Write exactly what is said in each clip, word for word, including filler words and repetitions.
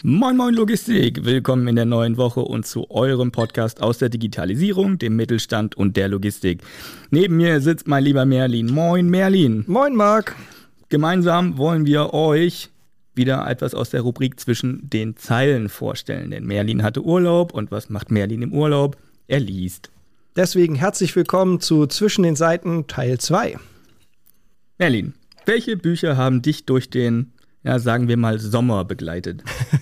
Moin Moin Logistik, willkommen in der neuen Woche und zu eurem Podcast aus der Digitalisierung, dem Mittelstand und der Logistik. Neben mir sitzt mein lieber Merlin. Moin Merlin. Moin Marc. Gemeinsam wollen wir euch wieder etwas aus der Rubrik zwischen den Zeilen vorstellen, denn Merlin hatte Urlaub und was macht Merlin im Urlaub? Er liest. Deswegen herzlich willkommen zu Zwischen den Seiten Teil zwei. Merlin, welche Bücher haben dich durch den, ja, sagen wir mal, Sommer begleitet?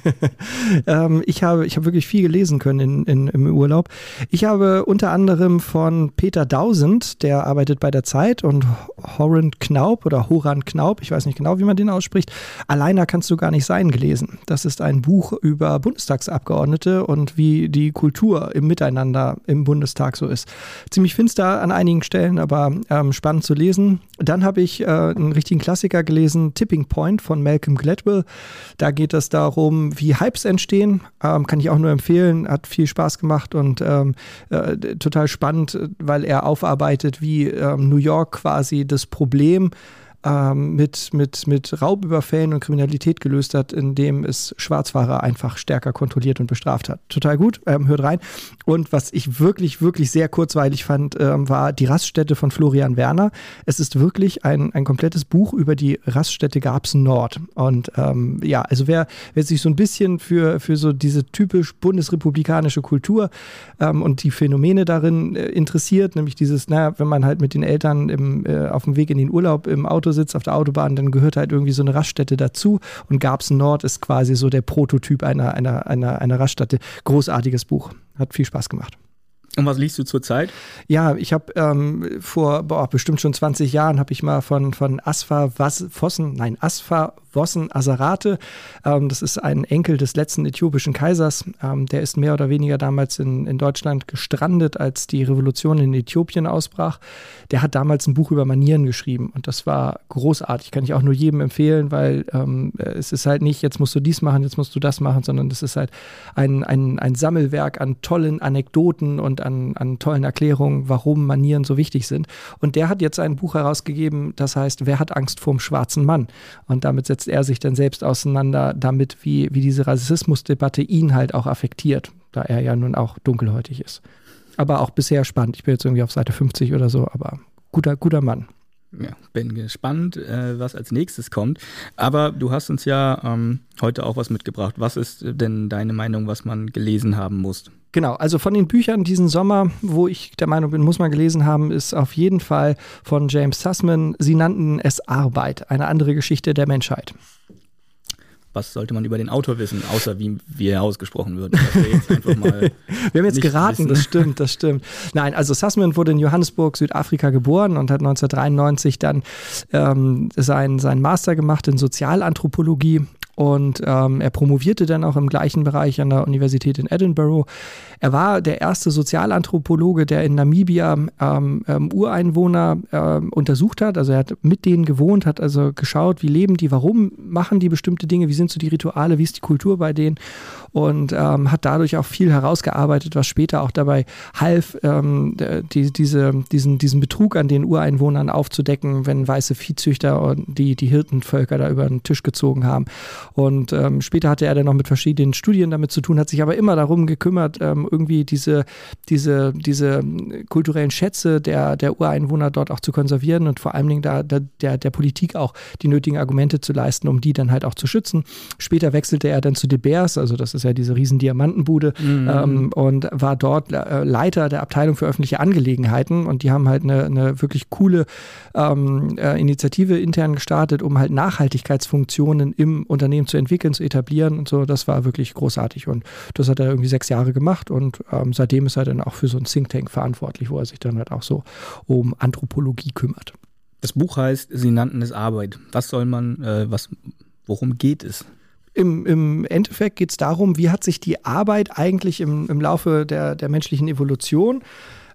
ähm, ich habe ich habe wirklich viel gelesen können in, in, im Urlaub. Ich habe unter anderem von Peter Dausend, der arbeitet bei der Zeit, und Horan Knaub oder Horan Knaub, ich weiß nicht genau, wie man den ausspricht, Alleiner kannst du gar nicht sein, gelesen. Das ist ein Buch über Bundestagsabgeordnete und wie die Kultur im Miteinander im Bundestag so ist. Ziemlich finster an einigen Stellen, aber ähm, spannend zu lesen. Dann habe ich äh, einen richtigen Klassiker gelesen, Tipping Point von Malcolm Gladwell. Da geht es darum, wie Hypes entstehen. Ähm, kann ich auch nur empfehlen. Hat viel Spaß gemacht und ähm, äh, total spannend, weil er aufarbeitet, wie ähm, New York quasi das Problem ähm, mit, mit, mit Raubüberfällen und Kriminalität gelöst hat, indem es Schwarzfahrer einfach stärker kontrolliert und bestraft hat. Total gut, ähm, hört rein. Und was ich wirklich, wirklich sehr kurzweilig fand, ähm, war die Raststätte von Florian Werner. Es ist wirklich ein, ein komplettes Buch über die Raststätte Garbsen Nord. Und ähm, ja, also wer, wer sich so ein bisschen für, für so diese typisch bundesrepublikanische Kultur ähm, und die Phänomene darin äh, interessiert, nämlich dieses, naja, wenn man halt mit den Eltern im, äh, auf dem Weg in den Urlaub im Auto sitzt, auf der Autobahn, dann gehört halt irgendwie so eine Raststätte dazu. Und Garbsen Nord ist quasi so der Prototyp einer, einer, einer, einer Raststätte. Großartiges Buch. Hat viel Spaß gemacht. Und was liest du zurzeit? Ja, ich habe ähm, vor boah, bestimmt schon zwanzig Jahren habe ich mal von, von Asfa Was, Vossen, nein, Asfa Vossen Asarate, ähm, das ist ein Enkel des letzten äthiopischen Kaisers, ähm, der ist mehr oder weniger damals in, in Deutschland gestrandet, als die Revolution in Äthiopien ausbrach. Der hat damals ein Buch über Manieren geschrieben und das war großartig, kann ich auch nur jedem empfehlen, weil ähm, es ist halt nicht, jetzt musst du dies machen, jetzt musst du das machen, sondern das ist halt ein, ein, ein Sammelwerk an tollen Anekdoten und An, an tollen Erklärungen, warum Manieren so wichtig sind. Und der hat jetzt ein Buch herausgegeben, das heißt, Wer hat Angst vorm schwarzen Mann? Und damit setzt er sich dann selbst auseinander damit, wie, wie diese Rassismusdebatte ihn halt auch affektiert, da er ja nun auch dunkelhäutig ist. Aber auch bisher spannend. Ich bin jetzt irgendwie auf Seite fünfzig oder so, aber guter, guter Mann. Ja, bin gespannt, äh, was als nächstes kommt. Aber du hast uns ja ähm, heute auch was mitgebracht. Was ist denn deine Meinung, was man gelesen haben muss? Genau, also von den Büchern diesen Sommer, wo ich der Meinung bin, muss man gelesen haben, ist auf jeden Fall von James Sussman, Sie nannten es Arbeit, eine andere Geschichte der Menschheit. Was sollte man über den Autor wissen, außer wie, wie er ausgesprochen wird? Wir, jetzt einfach mal wir haben jetzt geraten, wissen. das stimmt, das stimmt. Nein, also Sussman wurde in Johannesburg, Südafrika geboren und hat neunzehnhundertdreiundneunzig dann ähm, seinen sein Master gemacht in Sozialanthropologie. Und ähm, er promovierte dann auch im gleichen Bereich an der Universität in Edinburgh. Er war der erste Sozialanthropologe, der in Namibia ähm, ähm, Ureinwohner ähm, untersucht hat. Also er hat mit denen gewohnt, hat also geschaut, wie leben die, warum machen die bestimmte Dinge, wie sind so die Rituale, wie ist die Kultur bei denen. Und ähm, hat dadurch auch viel herausgearbeitet, was später auch dabei half, ähm, die, diese, diesen, diesen Betrug an den Ureinwohnern aufzudecken, wenn weiße Viehzüchter und die, die Hirtenvölker da über den Tisch gezogen haben. Und ähm, später hatte er dann noch mit verschiedenen Studien damit zu tun, hat sich aber immer darum gekümmert, ähm, irgendwie diese, diese, diese kulturellen Schätze der, der Ureinwohner dort auch zu konservieren und vor allen Dingen da, da der, der Politik auch die nötigen Argumente zu leisten, um die dann halt auch zu schützen. Später wechselte er dann zu De Beers, also das ist ja diese riesen Diamantenbude, mhm. ähm, und war dort äh, Leiter der Abteilung für öffentliche Angelegenheiten und die haben halt eine, eine wirklich coole ähm, äh, Initiative intern gestartet, um halt Nachhaltigkeitsfunktionen im Unternehmen zu entwickeln, zu etablieren und so. Das war wirklich großartig und das hat er irgendwie sechs Jahre gemacht und ähm, seitdem ist er dann auch für so ein Think Tank verantwortlich, wo er sich dann halt auch so um Anthropologie kümmert. Das Buch heißt, Sie nannten es Arbeit. Was soll man, äh, was, worum geht es? Im, im Endeffekt geht es darum, wie hat sich die Arbeit eigentlich im, im Laufe der, der menschlichen Evolution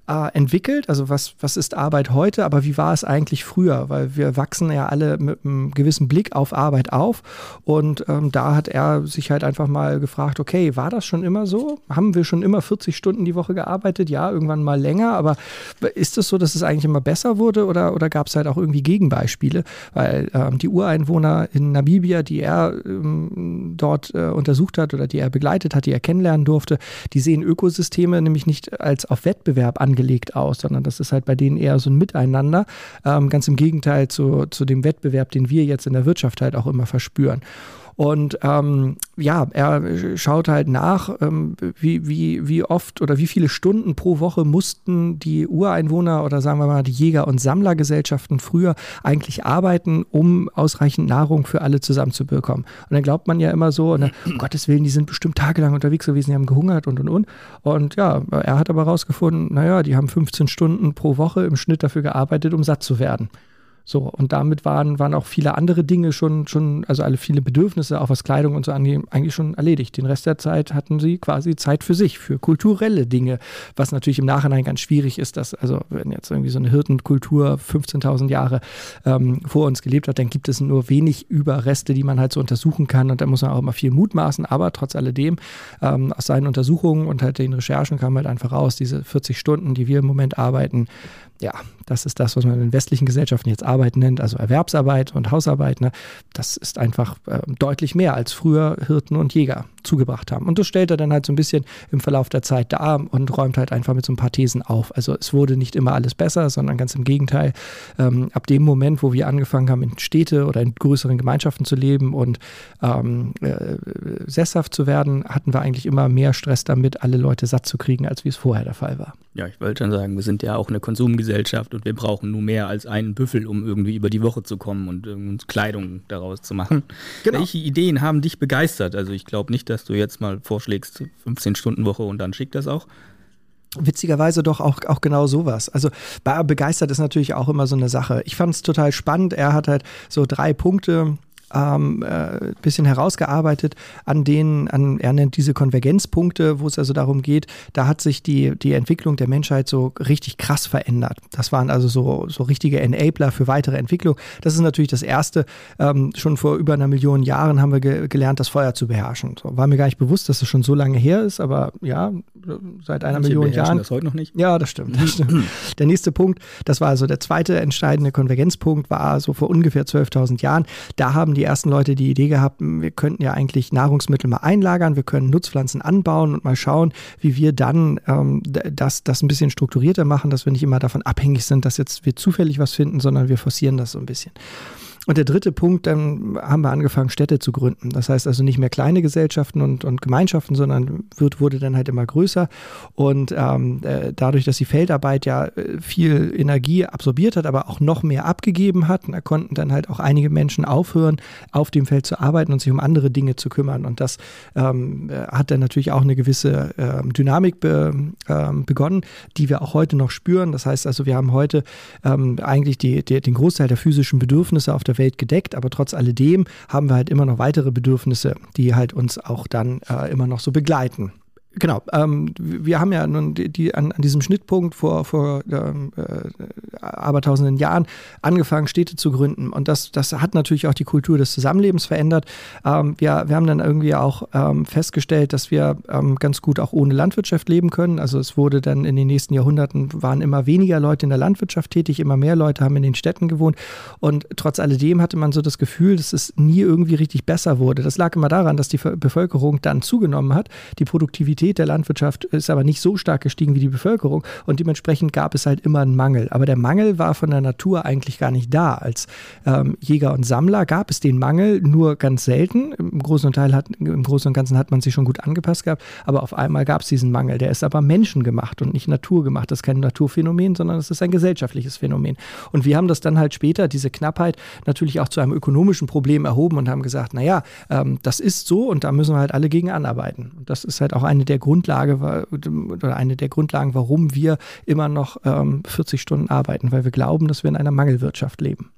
äh, entwickelt? Also was, was ist Arbeit heute, aber wie war es eigentlich früher? Weil wir wachsen ja alle mit einem gewissen Blick auf Arbeit auf und ähm, da hat er sich halt einfach mal gefragt, okay, war das schon immer so? Haben wir schon immer vierzig Stunden die Woche gearbeitet? Ja, irgendwann mal länger, aber ist es so, dass es eigentlich immer besser wurde oder, oder gab es halt auch irgendwie Gegenbeispiele? Weil ähm, die Ureinwohner in Namibia, die er ähm, dort äh, untersucht hat oder die er begleitet hat, die er kennenlernen durfte, die sehen Ökosysteme nämlich nicht als auf Wettbewerb angelegt aus, sondern das ist halt bei denen eher so ein Miteinander, ähm, ganz im Gegenteil zu, zu dem Wettbewerb, den wir jetzt in der Wirtschaft halt auch immer verspüren. Und ähm, ja, er schaut halt nach, ähm, wie, wie, wie oft oder wie viele Stunden pro Woche mussten die Ureinwohner oder sagen wir mal die Jäger- und Sammlergesellschaften früher eigentlich arbeiten, um ausreichend Nahrung für alle zusammenzubekommen. Und dann glaubt man ja immer so, ne, um Gottes Willen, die sind bestimmt tagelang unterwegs gewesen, die haben gehungert und und und. Und ja, er hat aber rausgefunden, naja, die haben fünfzehn Stunden pro Woche im Schnitt dafür gearbeitet, um satt zu werden. So, und damit waren, waren auch viele andere Dinge schon, schon, also alle viele Bedürfnisse, auch was Kleidung und so angeht, eigentlich schon erledigt. Den Rest der Zeit hatten sie quasi Zeit für sich, für kulturelle Dinge, was natürlich im Nachhinein ganz schwierig ist, dass, also wenn jetzt irgendwie so eine Hirtenkultur fünfzehntausend Jahre ähm, vor uns gelebt hat, dann gibt es nur wenig Überreste, die man halt so untersuchen kann und da muss man auch immer viel mutmaßen, aber trotz alledem, ähm, aus seinen Untersuchungen und halt den Recherchen kam halt einfach raus, diese vierzig Stunden, die wir im Moment arbeiten, ja, das ist das, was man in westlichen Gesellschaften jetzt Arbeit nennt, also Erwerbsarbeit und Hausarbeit. Ne? Das ist einfach äh, deutlich mehr, als früher Hirten und Jäger zugebracht haben. Und das stellt er dann halt so ein bisschen im Verlauf der Zeit dar und räumt halt einfach mit so ein paar Thesen auf. Also es wurde nicht immer alles besser, sondern ganz im Gegenteil. Ähm, ab dem Moment, wo wir angefangen haben, in Städte oder in größeren Gemeinschaften zu leben und ähm, äh, sesshaft zu werden, hatten wir eigentlich immer mehr Stress damit, alle Leute satt zu kriegen, als wie es vorher der Fall war. Ja, ich wollte schon sagen, wir sind ja auch eine Konsumgesellschaft und wir brauchen nur mehr als einen Büffel, um irgendwie über die Woche zu kommen und uns Kleidung daraus zu machen. Genau. Welche Ideen haben dich begeistert? Also ich glaube nicht, dass du jetzt mal vorschlägst, fünfzehn Stunden Woche und dann schickt das auch. Witzigerweise doch auch, auch genau sowas. Also begeistert ist natürlich auch immer so eine Sache. Ich fand es total spannend. Er hat halt so drei Punkte ähm, äh, bisschen herausgearbeitet, an denen, an, er nennt diese Konvergenzpunkte, wo es also darum geht, da hat sich die, die Entwicklung der Menschheit so richtig krass verändert. Das waren also so, so richtige Enabler für weitere Entwicklung. Das ist natürlich das Erste. Ähm, schon vor über einer Million Jahren haben wir ge- gelernt, das Feuer zu beherrschen. So, war mir gar nicht bewusst, dass es schon so lange her ist, aber ja, seit einer Manche Million Jahren. Das heute noch nicht. Ja, das stimmt, das stimmt. Der nächste Punkt, das war also der zweite entscheidende Konvergenzpunkt, war so vor ungefähr zwölftausend Jahren. Da haben die ersten Leute die Idee gehabt, wir könnten ja eigentlich Nahrungsmittel mal einlagern, wir können Nutzpflanzen anbauen und mal schauen, wie wir dann ähm, das, das ein bisschen strukturierter machen, dass wir nicht immer davon abhängig sind, dass jetzt wir zufällig was finden, sondern wir forcieren das so ein bisschen. Und der dritte Punkt, dann haben wir angefangen, Städte zu gründen. Das heißt also nicht mehr kleine Gesellschaften und, und Gemeinschaften, sondern wird, wurde dann halt immer größer. Und ähm, äh, dadurch, dass die Feldarbeit ja viel Energie absorbiert hat, aber auch noch mehr abgegeben hat, da konnten dann halt auch einige Menschen aufhören, auf dem Feld zu arbeiten und sich um andere Dinge zu kümmern. Und das ähm, hat dann natürlich auch eine gewisse ähm, Dynamik be, ähm, begonnen, die wir auch heute noch spüren. Das heißt also, wir haben heute ähm, eigentlich die, die, den Großteil der physischen Bedürfnisse auf der Welt gedeckt, aber trotz alledem haben wir halt immer noch weitere Bedürfnisse, die halt uns auch dann äh, immer noch so begleiten. Genau, ähm, wir haben ja nun die, die an, an diesem Schnittpunkt vor, vor ähm, äh, abertausenden Jahren angefangen, Städte zu gründen und das, das hat natürlich auch die Kultur des Zusammenlebens verändert. Ähm, wir, wir haben dann irgendwie auch ähm, festgestellt, dass wir ähm, ganz gut auch ohne Landwirtschaft leben können. Also es wurde dann in den nächsten Jahrhunderten, waren immer weniger Leute in der Landwirtschaft tätig, immer mehr Leute haben in den Städten gewohnt und trotz alledem hatte man so das Gefühl, dass es nie irgendwie richtig besser wurde. Das lag immer daran, dass die Bevölkerung dann zugenommen hat, die Produktivität der Landwirtschaft ist aber nicht so stark gestiegen wie die Bevölkerung und dementsprechend gab es halt immer einen Mangel. Aber der Mangel war von der Natur eigentlich gar nicht da. Als ähm, Jäger und Sammler gab es den Mangel nur ganz selten. Im Großen und Teil hat, im Großen und Ganzen hat man sich schon gut angepasst gehabt, aber auf einmal gab es diesen Mangel. Der ist aber menschengemacht und nicht naturgemacht. Das ist kein Naturphänomen, sondern das ist ein gesellschaftliches Phänomen. Und wir haben das dann halt später, diese Knappheit, natürlich auch zu einem ökonomischen Problem erhoben und haben gesagt, naja, ähm, das ist so und da müssen wir halt alle gegen anarbeiten. Und das ist halt auch eine der Grundlage oder eine der Grundlagen, warum wir immer noch ähm, vierzig Stunden arbeiten, weil wir glauben, dass wir in einer Mangelwirtschaft leben.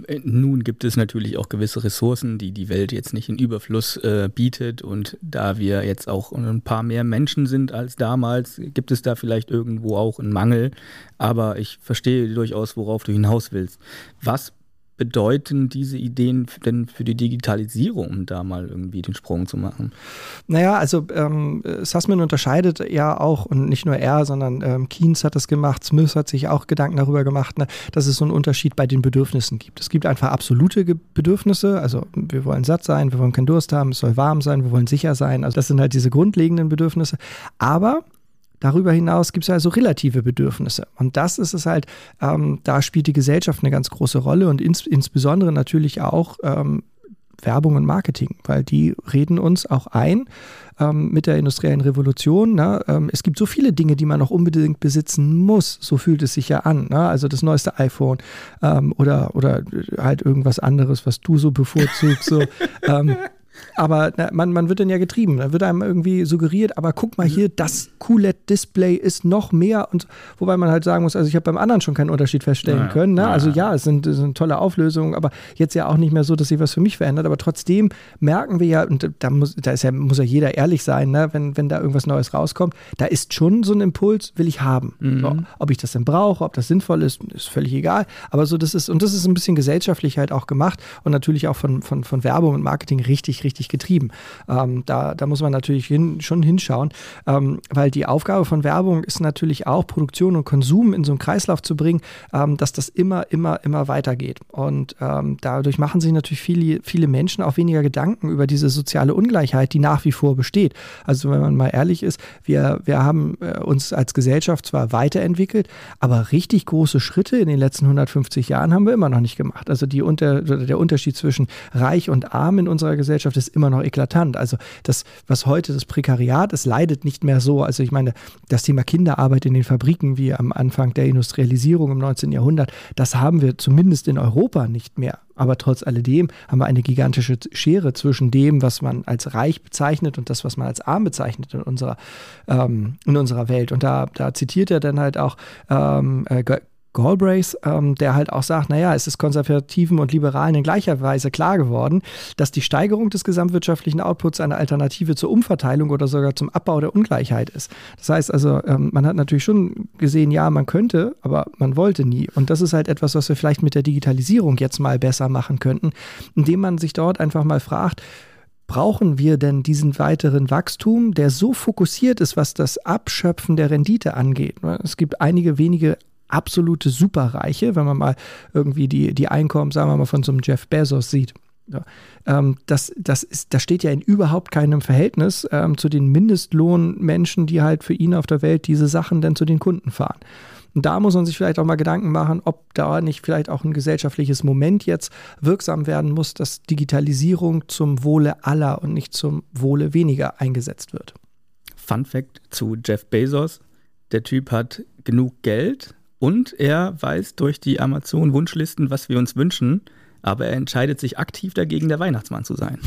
Nun gibt es natürlich auch gewisse Ressourcen, die die Welt jetzt nicht in Überfluss äh, bietet, und da wir jetzt auch ein paar mehr Menschen sind als damals, gibt es da vielleicht irgendwo auch einen Mangel, aber ich verstehe durchaus, worauf du hinaus willst. Was bedeuten diese Ideen denn für die Digitalisierung, um da mal irgendwie den Sprung zu machen? Naja, also ähm, Sussman unterscheidet ja auch, und nicht nur er, sondern ähm, Keynes hat das gemacht, Smith hat sich auch Gedanken darüber gemacht, ne, dass es so einen Unterschied bei den Bedürfnissen gibt. Es gibt einfach absolute Ge- Bedürfnisse, also wir wollen satt sein, wir wollen keinen Durst haben, es soll warm sein, wir wollen sicher sein, also das sind halt diese grundlegenden Bedürfnisse, aber darüber hinaus gibt es also relative Bedürfnisse. Und das ist es halt, ähm, da spielt die Gesellschaft eine ganz große Rolle und ins, insbesondere natürlich auch ähm, Werbung und Marketing, weil die reden uns auch ein ähm, mit der industriellen Revolution. Ne? Ähm, es gibt so viele Dinge, die man noch unbedingt besitzen muss, so fühlt es sich ja an. Ne? Also das neueste iPhone ähm, oder, oder halt irgendwas anderes, was du so bevorzugst. So, ähm, Aber na, man, man wird dann ja getrieben, da wird einem irgendwie suggeriert, aber guck mal hier, das Q L E D-Display ist noch mehr, und wobei man halt sagen muss, also ich habe beim anderen schon keinen Unterschied feststellen ja, können. Ne? Ja. Also ja, es sind, es sind tolle Auflösungen, aber jetzt ja auch nicht mehr so, dass sich was für mich verändert, aber trotzdem merken wir ja, und da muss, da ist ja, muss ja jeder ehrlich sein, ne? wenn, wenn da irgendwas Neues rauskommt, da ist schon so ein Impuls, will ich haben. Mhm. So, ob ich das denn brauche, ob das sinnvoll ist, ist völlig egal, aber so das ist, und das ist ein bisschen gesellschaftlich halt auch gemacht und natürlich auch von, von, von Werbung und Marketing richtig, richtig getrieben. Ähm, da, da muss man natürlich hin, schon hinschauen, ähm, weil die Aufgabe von Werbung ist natürlich auch, Produktion und Konsum in so einen Kreislauf zu bringen, ähm, dass das immer, immer, immer weitergeht. Und ähm, dadurch machen sich natürlich viele, viele Menschen auch weniger Gedanken über diese soziale Ungleichheit, die nach wie vor besteht. Also wenn man mal ehrlich ist, wir, wir haben äh, uns als Gesellschaft zwar weiterentwickelt, aber richtig große Schritte in den letzten hundertfünfzig Jahren haben wir immer noch nicht gemacht. Also die unter, der Unterschied zwischen Reich und Arm in unserer Gesellschaft ist immer noch eklatant. Also das, was heute das Prekariat ist, leidet nicht mehr so. Also ich meine, das Thema Kinderarbeit in den Fabriken wie am Anfang der Industrialisierung im neunzehnten Jahrhundert, das haben wir zumindest in Europa nicht mehr. Aber trotz alledem haben wir eine gigantische Schere zwischen dem, was man als reich bezeichnet und das, was man als arm bezeichnet in unserer, ähm, in unserer Welt. Und da, da zitiert er dann halt auch ähm, äh, Galbraith, ähm, der halt auch sagt, naja, es ist Konservativen und Liberalen in gleicher Weise klar geworden, dass die Steigerung des gesamtwirtschaftlichen Outputs eine Alternative zur Umverteilung oder sogar zum Abbau der Ungleichheit ist. Das heißt also, ähm, man hat natürlich schon gesehen, ja, man könnte, aber man wollte nie. Und das ist halt etwas, was wir vielleicht mit der Digitalisierung jetzt mal besser machen könnten, indem man sich dort einfach mal fragt, brauchen wir denn diesen weiteren Wachstum, der so fokussiert ist, was das Abschöpfen der Rendite angeht? Es gibt einige wenige absolute Superreiche, wenn man mal irgendwie die, die Einkommen, sagen wir mal, von so einem Jeff Bezos sieht. Ja, ähm, das, das, ist, das steht ja in überhaupt keinem Verhältnis ähm, zu den Mindestlohnmenschen, die halt für ihn auf der Welt diese Sachen dann zu den Kunden fahren. Und da muss man sich vielleicht auch mal Gedanken machen, ob da nicht vielleicht auch ein gesellschaftliches Moment jetzt wirksam werden muss, dass Digitalisierung zum Wohle aller und nicht zum Wohle weniger eingesetzt wird. Fun Fact zu Jeff Bezos: Der Typ hat genug Geld und er weiß durch die Amazon-Wunschlisten, was wir uns wünschen, aber er entscheidet sich aktiv dagegen, der Weihnachtsmann zu sein.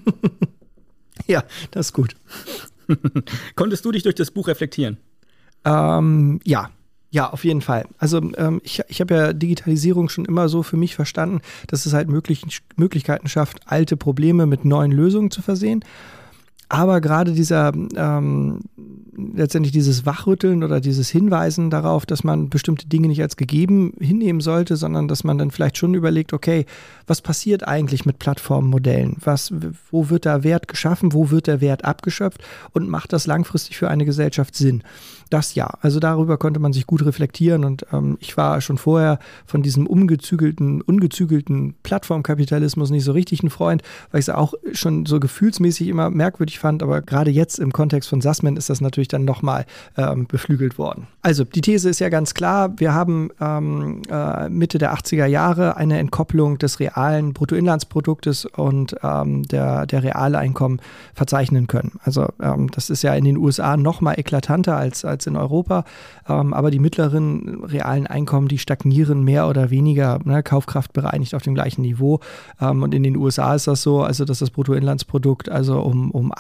Ja, das ist gut. Konntest du dich durch das Buch reflektieren? Ähm, ja. Ja, auf jeden Fall. Also ähm, ich, ich habe ja Digitalisierung schon immer so für mich verstanden, dass es halt möglich, Möglichkeiten schafft, alte Probleme mit neuen Lösungen zu versehen. Aber gerade dieser, ähm, letztendlich dieses Wachrütteln oder dieses Hinweisen darauf, dass man bestimmte Dinge nicht als gegeben hinnehmen sollte, sondern dass man dann vielleicht schon überlegt, okay, was passiert eigentlich mit Plattformmodellen? Was, wo wird da Wert geschaffen? Wo wird der Wert abgeschöpft? Und macht das langfristig für eine Gesellschaft Sinn? Das ja, also darüber konnte man sich gut reflektieren und ähm, ich war schon vorher von diesem umgezügelten, ungezügelten Plattformkapitalismus nicht so richtig ein Freund, weil ich es auch schon so gefühlsmäßig immer merkwürdig fand, aber gerade jetzt im Kontext von Sussman ist das natürlich dann nochmal ähm, beflügelt worden. Also die These ist ja ganz klar, wir haben ähm, äh, Mitte der achtziger Jahre eine Entkopplung des realen Bruttoinlandsproduktes und ähm, der, der reale Einkommen verzeichnen können. Also ähm, das ist ja in den U S A nochmal eklatanter als, als in Europa, ähm, aber die mittleren realen Einkommen, die stagnieren mehr oder weniger, ne, Kaufkraft bereinigt auf dem gleichen Niveau. Ähm, und in den U S A ist das so, also dass das Bruttoinlandsprodukt also um, um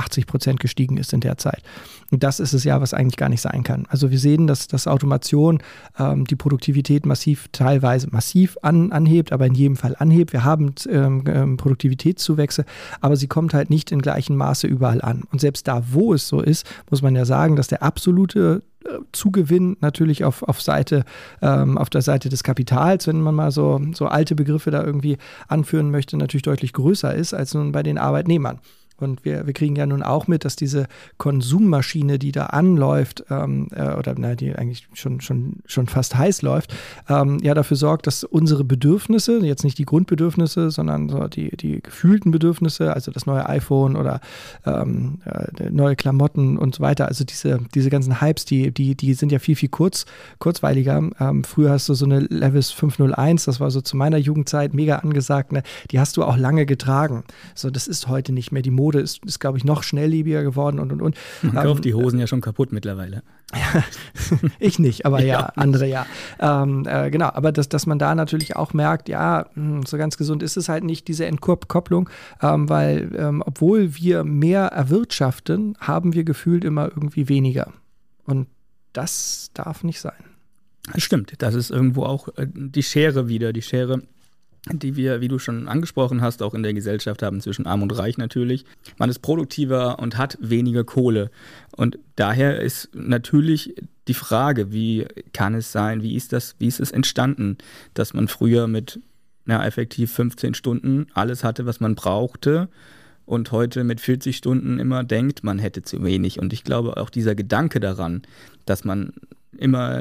achtzig Prozent gestiegen ist in der Zeit. Und das ist es ja, was eigentlich gar nicht sein kann. Also wir sehen, dass, dass Automation ähm, die Produktivität massiv, teilweise massiv an, anhebt, aber in jedem Fall anhebt. Wir haben ähm, Produktivitätszuwächse, aber sie kommt halt nicht in gleichem Maße überall an. Und selbst da, wo es so ist, muss man ja sagen, dass der absolute Zugewinn natürlich auf, auf, Seite, ähm, auf der Seite des Kapitals, wenn man mal so, so alte Begriffe da irgendwie anführen möchte, natürlich deutlich größer ist als nun bei den Arbeitnehmern. Und wir, wir kriegen ja nun auch mit, dass diese Konsummaschine, die da anläuft, ähm, äh, oder na, die eigentlich schon, schon, schon fast heiß läuft, ähm, ja dafür sorgt, dass unsere Bedürfnisse, jetzt nicht die Grundbedürfnisse, sondern so die, die gefühlten Bedürfnisse, also das neue iPhone oder ähm, äh, neue Klamotten und so weiter, also diese, diese ganzen Hypes, die, die, die sind ja viel, viel kurz, kurzweiliger. Ähm, früher hast du so eine Levi's fünf null eins, das war so zu meiner Jugendzeit mega angesagt, ne? Die hast du auch lange getragen. So, das ist heute nicht mehr. Die Mode ist, ist glaube ich, noch schnelllebiger geworden und, und, und. Man kauft ähm, die Hosen ja schon kaputt mittlerweile. Ich nicht, aber ja, ja andere ja. Ähm, äh, genau, aber dass, dass man da natürlich auch merkt, ja, so ganz gesund ist es halt nicht, diese Entkopplung, ähm, weil ähm, obwohl wir mehr erwirtschaften, haben wir gefühlt immer irgendwie weniger. Und das darf nicht sein. Das stimmt, das ist irgendwo auch äh, die Schere wieder, die Schere, die wir, wie du schon angesprochen hast, auch in der Gesellschaft haben, zwischen Arm und Reich natürlich. Man ist produktiver und hat weniger Kohle. Und daher ist natürlich die Frage, wie kann es sein, wie ist das, wie ist es entstanden, dass man früher mit na, effektiv fünfzehn Stunden alles hatte, was man brauchte, und heute mit vierzig Stunden immer denkt, man hätte zu wenig. Und ich glaube, auch dieser Gedanke daran, dass man immer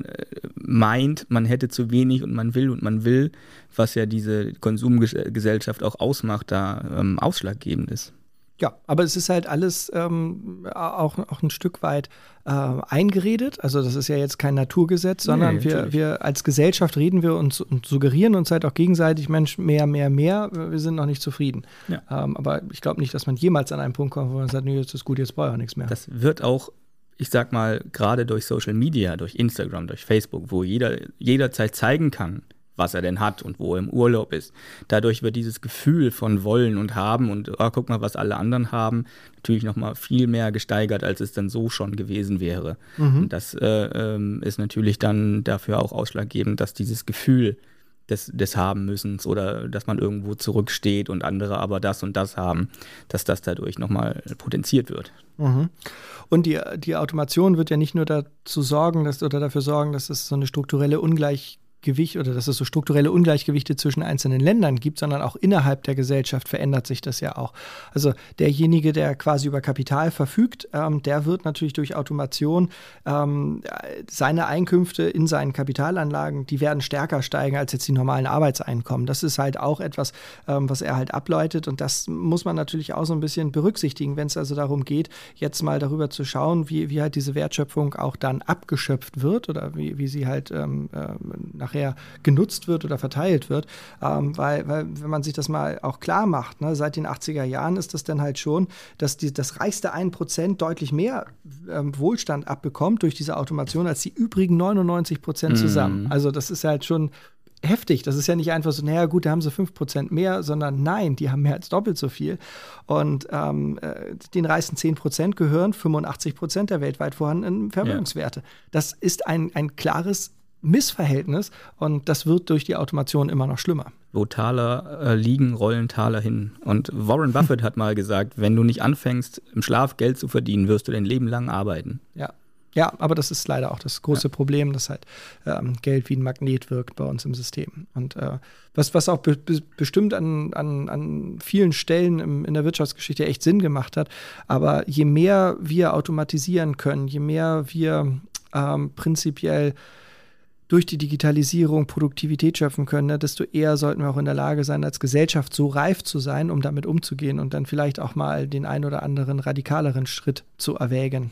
meint, man hätte zu wenig und man will und man will, was ja diese Konsumgesellschaft auch ausmacht, da ähm, ausschlaggebend ist. Ja, aber es ist halt alles ähm, auch, auch ein Stück weit äh, eingeredet. Also das ist ja jetzt kein Naturgesetz, sondern nee, wir, wir als Gesellschaft reden wir uns und suggerieren uns halt auch gegenseitig, Mensch, mehr, mehr, mehr, wir sind noch nicht zufrieden. Ja. Ähm, aber ich glaube nicht, dass man jemals an einen Punkt kommt, wo man sagt, nee, jetzt ist gut, jetzt brauche ich auch nichts mehr. Das wird auch, ich sag mal, gerade durch Social Media, durch Instagram, durch Facebook, wo jeder jederzeit zeigen kann, was er denn hat und wo er im Urlaub ist. Dadurch wird dieses Gefühl von Wollen und Haben und oh, guck mal, was alle anderen haben, natürlich nochmal viel mehr gesteigert, als es dann so schon gewesen wäre. Mhm. Und das äh, ähm, ist natürlich dann dafür auch ausschlaggebend, dass dieses Gefühl des, des Haben-Müssens oder dass man irgendwo zurücksteht und andere aber das und das haben, dass das dadurch nochmal potenziert wird. Mhm. Und die, die Automation wird ja nicht nur dazu sorgen, dass, oder dafür sorgen, dass es so eine strukturelle Ungleichgewicht Gewicht oder dass es so strukturelle Ungleichgewichte zwischen einzelnen Ländern gibt, sondern auch innerhalb der Gesellschaft verändert sich das ja auch. Also derjenige, der quasi über Kapital verfügt, ähm, der wird natürlich durch Automation ähm, seine Einkünfte in seinen Kapitalanlagen, die werden stärker steigen als jetzt die normalen Arbeitseinkommen. Das ist halt auch etwas, ähm, was er halt ableitet, und das muss man natürlich auch so ein bisschen berücksichtigen, wenn es also darum geht, jetzt mal darüber zu schauen, wie, wie halt diese Wertschöpfung auch dann abgeschöpft wird oder wie, wie sie halt ähm, äh, nachher genutzt wird oder verteilt wird, ähm, weil, weil wenn man sich das mal auch klar macht, ne, seit den achtziger Jahren ist das dann halt schon, dass die, das reichste ein Prozent deutlich mehr ähm, Wohlstand abbekommt durch diese Automation als die übrigen neunundneunzig Prozent zusammen. Mhm. Also das ist halt schon heftig. Das ist ja nicht einfach so, naja gut, da haben sie fünf Prozent mehr, sondern nein, die haben mehr als doppelt so viel. Und ähm, den reichsten zehn Prozent gehören fünfundachtzig Prozent der weltweit vorhandenen Vermögenswerte. Ja. Das ist ein, ein klares Missverhältnis, und das wird durch die Automation immer noch schlimmer. Wo Taler äh, liegen, rollen Taler hin. Und Warren Buffett hat mal gesagt, wenn du nicht anfängst, im Schlaf Geld zu verdienen, wirst du dein Leben lang arbeiten. Ja. Ja, aber das ist leider auch das große ja. Problem, dass halt ähm, Geld wie ein Magnet wirkt bei uns im System. Und äh, was, was auch be- be- bestimmt an, an, an vielen Stellen im, in der Wirtschaftsgeschichte echt Sinn gemacht hat. Aber je mehr wir automatisieren können, je mehr wir ähm, prinzipiell durch die Digitalisierung Produktivität schöpfen können, ne, desto eher sollten wir auch in der Lage sein, als Gesellschaft so reif zu sein, um damit umzugehen und dann vielleicht auch mal den ein oder anderen radikaleren Schritt zu erwägen.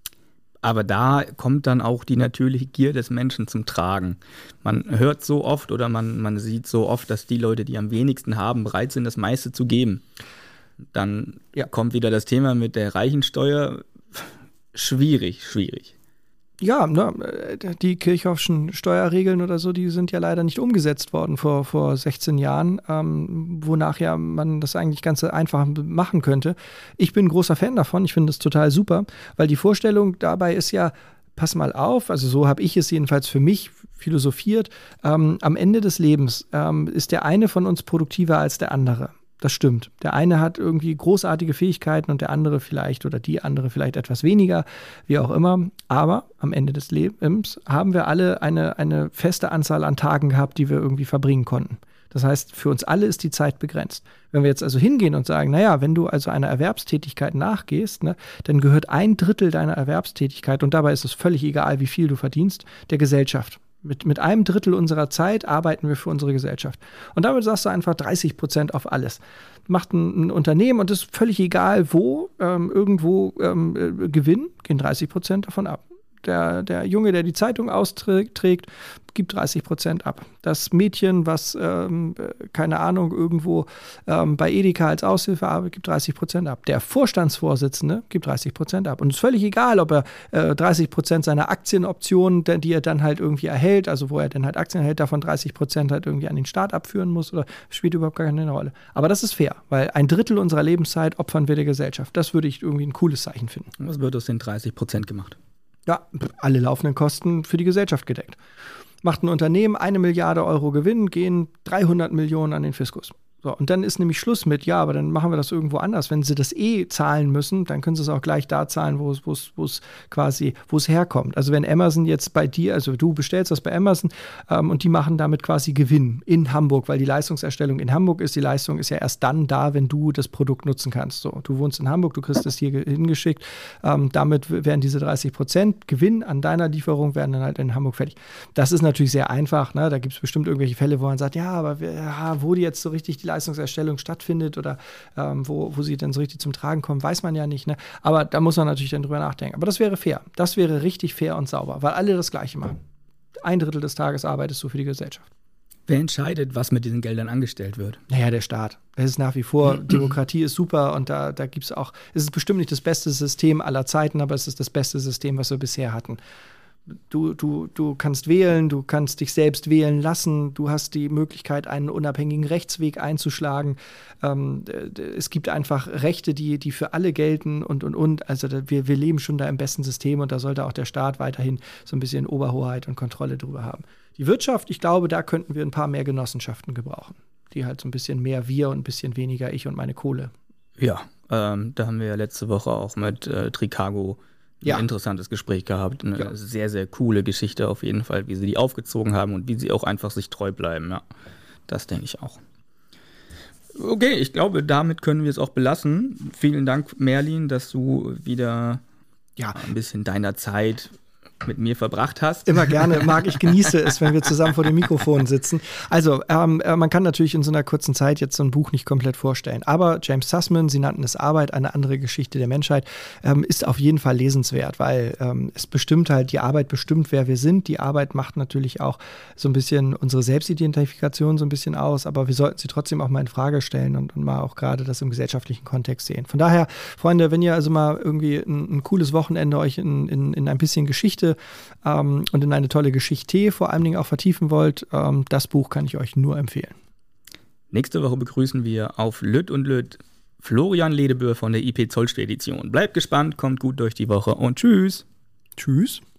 Aber da kommt dann auch die natürliche Gier des Menschen zum Tragen. Man hört so oft oder man, man sieht so oft, dass die Leute, die am wenigsten haben, bereit sind, das meiste zu geben. Dann ja. kommt wieder das Thema mit der Reichensteuer. Schwierig, schwierig. Ja, ne, die Kirchhoffschen Steuerregeln oder so, die sind ja leider nicht umgesetzt worden vor, vor sechzehn Jahren, ähm, wonach ja man das eigentlich ganz einfach machen könnte. Ich bin ein großer Fan davon, ich finde das total super, weil die Vorstellung dabei ist ja, pass mal auf, also so habe ich es jedenfalls für mich philosophiert, ähm, am Ende des Lebens ähm, ist der eine von uns produktiver als der andere. Das stimmt. Der eine hat irgendwie großartige Fähigkeiten und der andere vielleicht oder die andere vielleicht etwas weniger, wie auch immer. Aber am Ende des Lebens haben wir alle eine, eine feste Anzahl an Tagen gehabt, die wir irgendwie verbringen konnten. Das heißt, für uns alle ist die Zeit begrenzt. Wenn wir jetzt also hingehen und sagen, naja, wenn du also einer Erwerbstätigkeit nachgehst, ne, dann gehört ein Drittel deiner Erwerbstätigkeit, und dabei ist es völlig egal, wie viel du verdienst, der Gesellschaft. Mit, mit einem Drittel unserer Zeit arbeiten wir für unsere Gesellschaft. Und damit sagst du einfach dreißig Prozent auf alles. Macht ein, ein Unternehmen und es ist völlig egal, wo, ähm, irgendwo ähm, äh, Gewinn, gehen dreißig Prozent davon ab. Der, der Junge, der die Zeitung austrägt, gibt dreißig Prozent ab. Das Mädchen, was, ähm, keine Ahnung, irgendwo ähm, bei Edeka als Aushilfe arbeitet, gibt dreißig Prozent ab. Der Vorstandsvorsitzende gibt dreißig Prozent ab. Und es ist völlig egal, ob er äh, dreißig Prozent seiner Aktienoptionen, die er dann halt irgendwie erhält, also wo er dann halt Aktien erhält, davon dreißig Prozent halt irgendwie an den Staat abführen muss, oder spielt überhaupt gar keine Rolle. Aber das ist fair, weil ein Drittel unserer Lebenszeit opfern wir der Gesellschaft. Das würde ich irgendwie ein cooles Zeichen finden. Was wird aus den dreißig Prozent gemacht? Ja, alle laufenden Kosten für die Gesellschaft gedeckt. Macht ein Unternehmen eine Milliarde Euro Gewinn, gehen dreihundert Millionen an den Fiskus. So, und dann ist nämlich Schluss mit, ja, aber dann machen wir das irgendwo anders. Wenn sie das eh zahlen müssen, dann können sie es auch gleich da zahlen, wo es, wo es, wo es quasi, wo es herkommt. Also wenn Amazon jetzt bei dir, also du bestellst das bei Amazon ähm, und die machen damit quasi Gewinn in Hamburg, weil die Leistungserstellung in Hamburg ist. Die Leistung ist ja erst dann da, wenn du das Produkt nutzen kannst. So, du wohnst in Hamburg, du kriegst es hier hingeschickt. Ähm, damit werden diese dreißig Prozent Gewinn an deiner Lieferung werden dann halt in Hamburg fertig. Das ist natürlich sehr einfach. Ne? Da gibt es bestimmt irgendwelche Fälle, wo man sagt, ja, aber ja, wo die jetzt so richtig die Leistungserstellung stattfindet oder ähm, wo, wo sie dann so richtig zum Tragen kommen, weiß man ja nicht. Ne? Aber da muss man natürlich dann drüber nachdenken. Aber das wäre fair. Das wäre richtig fair und sauber, weil alle das Gleiche machen. Ein Drittel des Tages arbeitest du für die Gesellschaft. Wer entscheidet, was mit diesen Geldern angestellt wird? Naja, der Staat. Es ist nach wie vor, Demokratie ist super und da, da gibt es auch, es ist bestimmt nicht das beste System aller Zeiten, aber es ist das beste System, was wir bisher hatten. Du, du, du kannst wählen, du kannst dich selbst wählen lassen, du hast die Möglichkeit, einen unabhängigen Rechtsweg einzuschlagen. Ähm, es gibt einfach Rechte, die, die für alle gelten und, und, und. Also wir, wir leben schon da im besten System und da sollte auch der Staat weiterhin so ein bisschen Oberhoheit und Kontrolle drüber haben. Die Wirtschaft, ich glaube, da könnten wir ein paar mehr Genossenschaften gebrauchen, die halt so ein bisschen mehr wir und ein bisschen weniger ich und meine Kohle. Ja, ähm, da haben wir ja letzte Woche auch mit äh, Tricago ein ja. interessantes Gespräch gehabt. Eine ja. sehr, sehr coole Geschichte auf jeden Fall, wie sie die aufgezogen haben und wie sie auch einfach sich treu bleiben. Ja, das denke ich auch. Okay, ich glaube, damit können wir es auch belassen. Vielen Dank, Merlin, dass du wieder ja. ein bisschen deiner Zeit mit mir verbracht hast. Immer gerne, mag ich, genieße es, wenn wir zusammen vor dem Mikrofon sitzen. Also, ähm, man kann natürlich in so einer kurzen Zeit jetzt so ein Buch nicht komplett vorstellen, aber James Sussman, sie nannten es Arbeit, eine andere Geschichte der Menschheit, ähm, ist auf jeden Fall lesenswert, weil ähm, es bestimmt halt, die Arbeit bestimmt, wer wir sind. Die Arbeit macht natürlich auch so ein bisschen unsere Selbstidentifikation so ein bisschen aus, aber wir sollten sie trotzdem auch mal in Frage stellen und, und mal auch gerade das im gesellschaftlichen Kontext sehen. Von daher, Freunde, wenn ihr also mal irgendwie ein, ein cooles Wochenende euch in, in, in ein bisschen Geschichte Ähm, und in eine tolle Geschichte vor allen Dingen auch vertiefen wollt, ähm, das Buch kann ich euch nur empfehlen. Nächste Woche begrüßen wir auf Lütt und Lütt Florian Ledebür von der I P Zollspedition. Bleibt gespannt, kommt gut durch die Woche und tschüss. Tschüss.